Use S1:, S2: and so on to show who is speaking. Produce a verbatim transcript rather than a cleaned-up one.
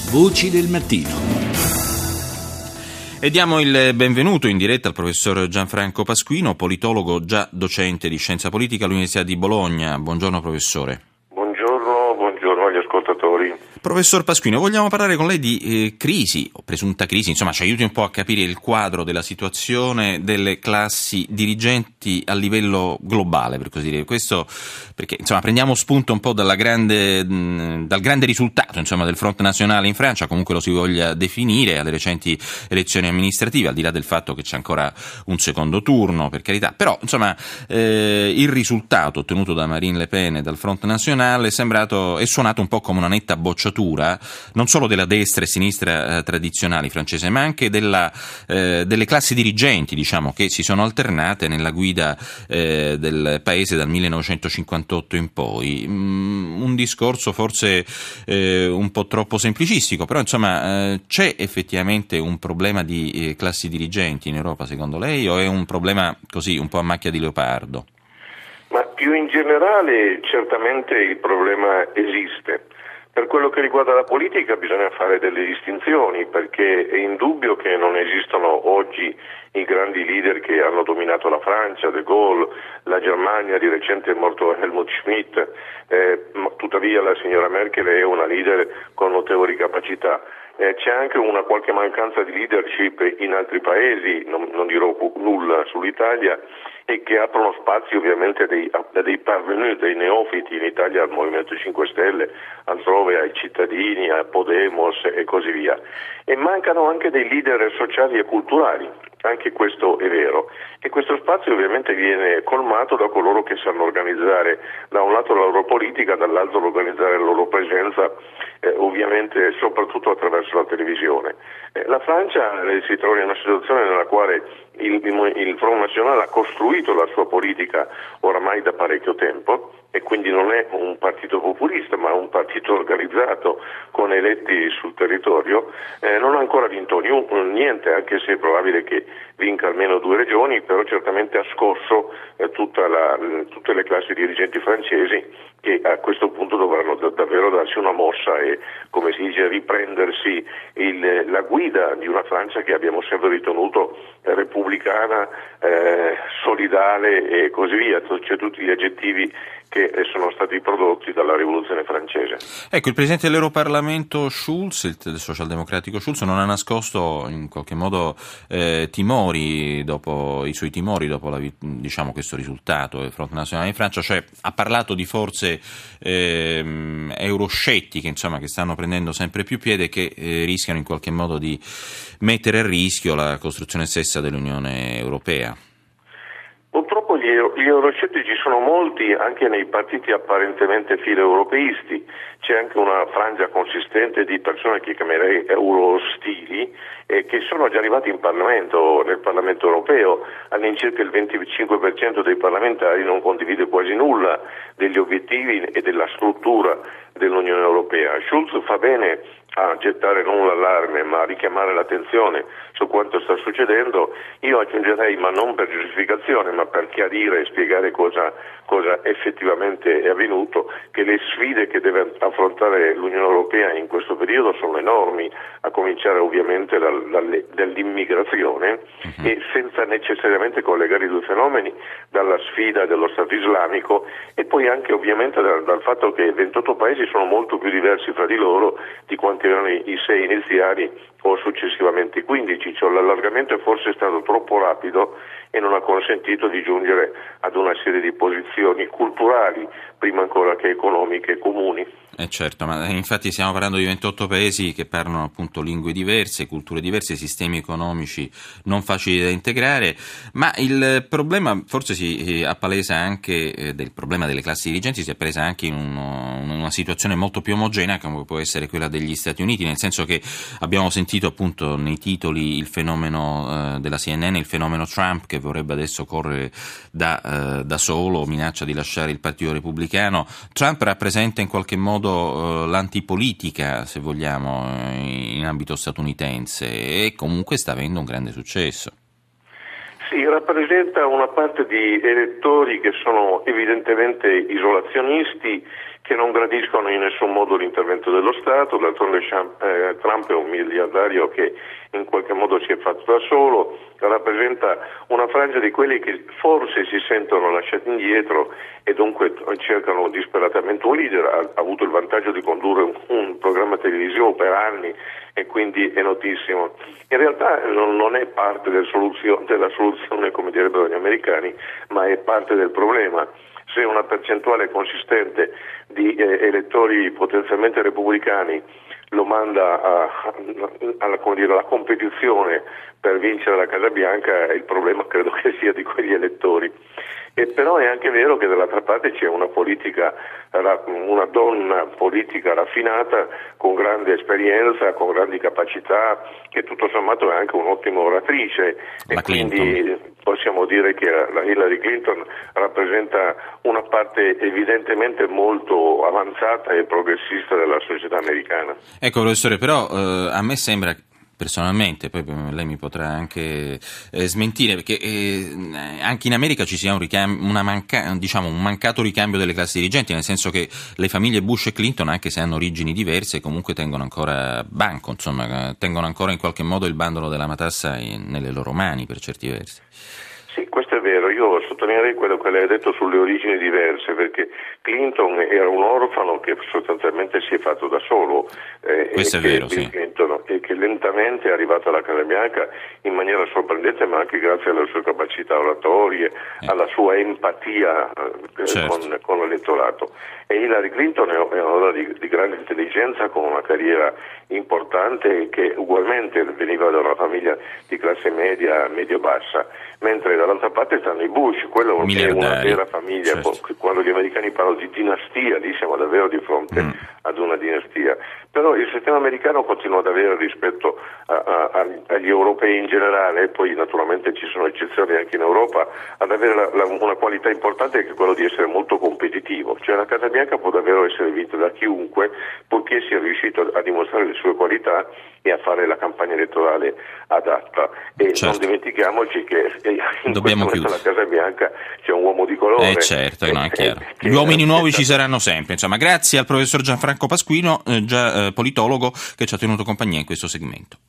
S1: Voci del mattino. E diamo il benvenuto in diretta al professor Gianfranco Pasquino, politologo già docente di scienza politica all'Università di Bologna. Buongiorno professore.
S2: Buongiorno, buongiorno agli ascoltatori.
S1: Professor Pasquino, vogliamo parlare con lei di eh, crisi, o presunta crisi, insomma ci aiuti un po' a capire il quadro della situazione delle classi dirigenti a livello globale, per così dire. Questo perché insomma prendiamo spunto un po' dalla grande, mh, dal grande risultato insomma del Front Nazionale in Francia, comunque lo si voglia definire, alle recenti elezioni amministrative, al di là del fatto che c'è ancora un secondo turno, per carità. Però insomma eh, il risultato ottenuto da Marine Le Pen e dal Front Nazionale è sembrato, è suonato un po' come una netta bocciatura non solo della destra e sinistra eh, tradizionali francese, ma anche della, eh, delle classi dirigenti, diciamo, che si sono alternate nella guida eh, del paese dal millenovecentocinquantotto in poi. Mm, un discorso forse eh, un po' troppo semplicistico, però insomma eh, c'è effettivamente un problema di eh, classi dirigenti in Europa, secondo lei, o è un problema così un po' a macchia di leopardo?
S2: Ma più in generale certamente il problema esiste. Per quello che riguarda la politica bisogna fare delle distinzioni, perché è indubbio che non esistono oggi i grandi leader che hanno dominato la Francia, De Gaulle, la Germania, di recente è morto Helmut Schmidt, eh, tuttavia la signora Merkel è una leader con notevoli capacità. Eh, c'è anche una qualche mancanza di leadership in altri paesi, non, non dirò nulla sull'Italia, e che aprono spazi ovviamente dei, dei parvenus, dei neofiti, in Italia al Movimento cinque Stelle, altrove ai cittadini, a Podemos e così via. E mancano anche dei leader sociali e culturali, anche questo è vero. E questo spazio ovviamente viene colmato da coloro che sanno organizzare da un lato la loro politica, dall'altro organizzare la loro presenza, eh, ovviamente soprattutto attraverso la televisione. Eh, la Francia eh, si trova in una situazione nella quale il, il, il Front Nazionale ha costruito la sua politica oramai da parecchio tempo, e quindi non è un partito populista ma un partito organizzato con eletti sul territorio. Eh, non ha ancora vinto niente, anche se è probabile che vinca almeno due regioni, però certamente ha scosso eh, tutta la, tutte le classi dirigenti francesi, che a questo punto dovranno da, davvero darsi una mossa e, come si dice, riprendersi il, la guida di una Francia che abbiamo sempre ritenuto eh, repubblicana, eh, solidale e così via, c'è tutti gli aggettivi che sono stati prodotti dalla rivoluzione francese.
S1: Ecco, il presidente dell'Europarlamento Schulz, il socialdemocratico Schulz, non ha nascosto in qualche modo eh, timori dopo i suoi timori dopo la, diciamo questo risultato del Front Nazionale in Francia, cioè ha parlato di forze eh, euroscettiche, insomma, che stanno prendendo sempre più piede e che eh, rischiano in qualche modo di mettere a rischio la costruzione stessa dell'Unione Europea.
S2: Purtroppo gli, gli euroscettici sono molti anche nei partiti apparentemente filoeuropeisti. C'è anche una frangia consistente di persone che chiamerei euro-ostili eh, che sono già arrivati in Parlamento, nel Parlamento europeo. All'incirca il venticinque per cento dei parlamentari non condivide quasi nulla degli obiettivi e della struttura dell'Unione Europea. Schulz fa bene a gettare non l'allarme ma a richiamare l'attenzione su quanto sta succedendo. Io aggiungerei, ma non per giustificazione ma per chiarire e spiegare cosa, cosa effettivamente è avvenuto, che le sfide che deve affrontare l'Unione Europea in questo periodo sono enormi, a cominciare ovviamente dal, dalle, dall'immigrazione uh-huh. e senza necessariamente collegare i due fenomeni, dalla sfida dello Stato islamico e poi anche ovviamente dal, dal fatto che ventotto paesi sono molto più diversi fra di loro di quanti erano i, i sei iniziali o successivamente i quindici, cioè l'allargamento è forse stato troppo rapido e non ha consentito di giungere ad una serie di posizioni culturali, prima ancora che economiche, comuni.
S1: Eh certo, ma infatti stiamo parlando di ventotto paesi che parlano appunto lingue diverse, culture diverse, sistemi economici non facili da integrare, ma il problema forse si appalesa anche, eh, del problema delle classi dirigenti si appalesa anche in, uno, in una situazione molto più omogenea come può essere quella degli Stati Uniti, nel senso che abbiamo sentito appunto nei titoli il fenomeno eh, della C N N, il fenomeno Trump che vorrebbe adesso correre da, eh, da solo, minaccia di lasciare il Partito Repubblicano. Trump rappresenta in qualche modo l'antipolitica, se vogliamo, in ambito statunitense e comunque sta avendo un grande successo.
S2: Sì, rappresenta una parte di elettori che sono evidentemente isolazionisti, che non gradiscono in nessun modo l'intervento dello Stato. D'altronde eh, Trump è un miliardario che in qualche modo si è fatto da solo, rappresenta una frangia di quelli che forse si sentono lasciati indietro e dunque cercano disperatamente un leader. Ha, ha avuto il vantaggio di condurre un, un programma televisivo per anni e quindi è notissimo. In realtà non, non è parte del soluzio, della soluzione, come direbbero gli americani, ma è parte del problema. Se una percentuale consistente di eh, elettori potenzialmente repubblicani lo manda a, a, alla, come dire, alla competizione per vincere la Casa Bianca, il problema credo che sia di quegli elettori. E però è anche vero che dall'altra parte c'è una politica, una donna politica raffinata, con grande esperienza, con grandi capacità, che tutto sommato è anche un'ottima oratrice,
S1: la
S2: e
S1: Clinton.
S2: Quindi possiamo dire che la Hillary Clinton rappresenta una parte evidentemente molto avanzata e progressista della società americana.
S1: Ecco, professore, però eh, a me sembra personalmente, poi lei mi potrà anche eh, smentire, perché eh, anche in America ci sia un, ricam- una manca- diciamo, un mancato ricambio delle classi dirigenti, nel senso che le famiglie Bush e Clinton, anche se hanno origini diverse, comunque tengono ancora banco, insomma, tengono ancora in qualche modo il bandolo della matassa in, nelle loro mani per certi versi.
S2: Sì, questo è vero. Io sottolineerei quello che lei ha detto sulle origini diverse, perché Clinton era un orfano che sostanzialmente si è fatto da solo, eh,
S1: questo
S2: e
S1: è
S2: che
S1: vero,
S2: Bill
S1: sì.
S2: Clinton, e che lentamente è arrivato alla Casa Bianca in maniera sorprendente, ma anche grazie alle sue capacità oratorie,
S1: eh.
S2: alla sua empatia eh,
S1: certo.
S2: con, con l'elettorato. E Hillary Clinton è una donna di, di grande intelligenza, con una carriera importante, che ugualmente veniva da una famiglia di classe media, medio-bassa, mentre dall'altra parte stanno i Bush, quello è una vera famiglia. Certo. Quando gli americani parlano di dinastia, lì siamo davvero di fronte mm. ad una dinastia. Però il sistema americano continua ad avere, rispetto a, a, agli europei in generale, e poi naturalmente ci sono eccezioni anche in Europa, ad avere la, la, una qualità importante, che è quello di essere molto competitivo. Cioè la Casa Bianca può davvero essere vinta da chiunque, purché sia riuscito a dimostrare le sue qualità e a fare la campagna elettorale adatta. E certo. non dimentichiamoci che in
S1: Dobbiamo
S2: questo momento alla Casa Bianca c'è un uomo di colore.
S1: Eh certo, eh, no, è chiaro. Gli uomini nuovi ci saranno sempre. Insomma, grazie al professor Gianfranco Pasquino, eh, già eh, politologo, che ci ha tenuto compagnia in questo segmento.